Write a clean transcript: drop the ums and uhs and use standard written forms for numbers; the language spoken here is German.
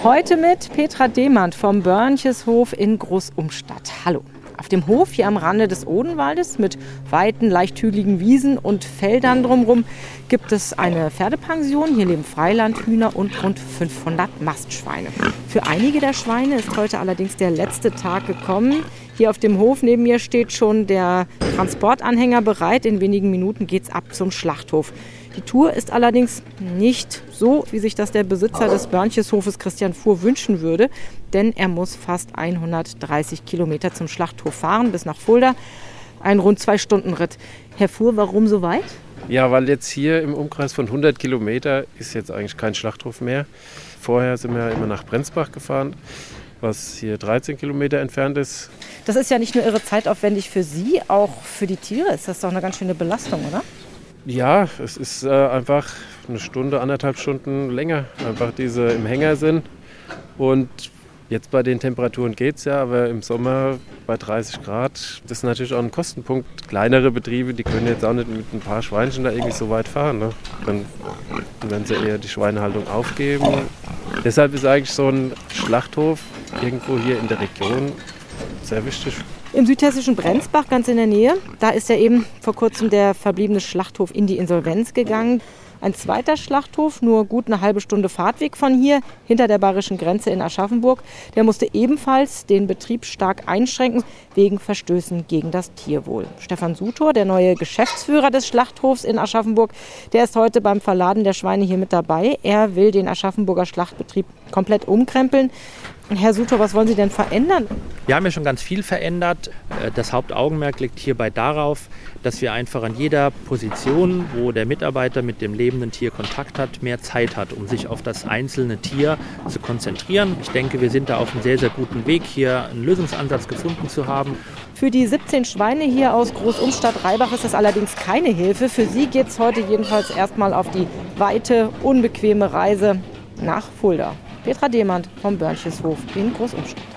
Heute mit Petra Demand vom Börncheshof in Großumstadt. Hallo. Auf dem Hof hier am Rande des Odenwaldes mit weiten, leicht hügeligen Wiesen und Feldern drumherum gibt es eine Pferdepension. Hier leben Freilandhühner und rund 500 Mastschweine. Für einige der Schweine ist heute allerdings der letzte Tag gekommen. Hier auf dem Hof neben mir steht schon der Transportanhänger bereit. In wenigen Minuten geht's ab zum Schlachthof. Die Tour ist allerdings nicht so, wie sich das der Besitzer des Börncheshofes Christian Fuhr wünschen würde, denn er muss fast 130 Kilometer zum Schlachthof fahren, bis nach Fulda. Ein rund 2-Stunden-Ritt. Herr Fuhr, warum so weit? Ja, weil jetzt hier im Umkreis von 100 Kilometer ist jetzt eigentlich kein Schlachthof mehr. Vorher sind wir immer nach Brenzbach gefahren, was hier 13 Kilometer entfernt ist. Das ist ja nicht nur irre zeitaufwendig für Sie, auch für die Tiere ist das doch eine ganz schöne Belastung, oder? Ja, es ist einfach eine Stunde, 1,5 Stunden länger, einfach diese im Hänger sind. Und jetzt bei den Temperaturen geht es ja, aber im Sommer bei 30 Grad, das ist natürlich auch ein Kostenpunkt. Kleinere Betriebe, die können jetzt auch nicht mit ein paar Schweinchen da irgendwie so weit fahren. Ne? Dann werden sie eher die Schweinehaltung aufgeben. Deshalb ist eigentlich so ein Schlachthof irgendwo hier in der Region sehr wichtig. Im südhessischen Brenzbach, ganz in der Nähe, da ist ja eben vor kurzem der verbliebene Schlachthof in die Insolvenz gegangen. Ein zweiter Schlachthof, nur gut eine halbe Stunde Fahrtweg von hier, hinter der bayerischen Grenze in Aschaffenburg, der musste ebenfalls den Betrieb stark einschränken, wegen Verstößen gegen das Tierwohl. Stefan Sutor, der neue Geschäftsführer des Schlachthofs in Aschaffenburg, der ist heute beim Verladen der Schweine hier mit dabei. Er will den Aschaffenburger Schlachtbetrieb komplett umkrempeln. Herr Sutor, was wollen Sie denn verändern? Wir haben ja schon ganz viel verändert. Das Hauptaugenmerk liegt hierbei darauf, dass wir einfach an jeder Position, wo der Mitarbeiter mit dem lebenden Tier Kontakt hat, mehr Zeit hat, um sich auf das einzelne Tier zu konzentrieren. Ich denke, wir sind da auf einem sehr, sehr guten Weg, hier einen Lösungsansatz gefunden zu haben. Für die 17 Schweine hier aus Großumstadt-Rheibach ist das allerdings keine Hilfe. Für sie geht es heute jedenfalls erstmal auf die weite, unbequeme Reise nach Fulda. Petra Demand vom Börncheshof in Großumstadt.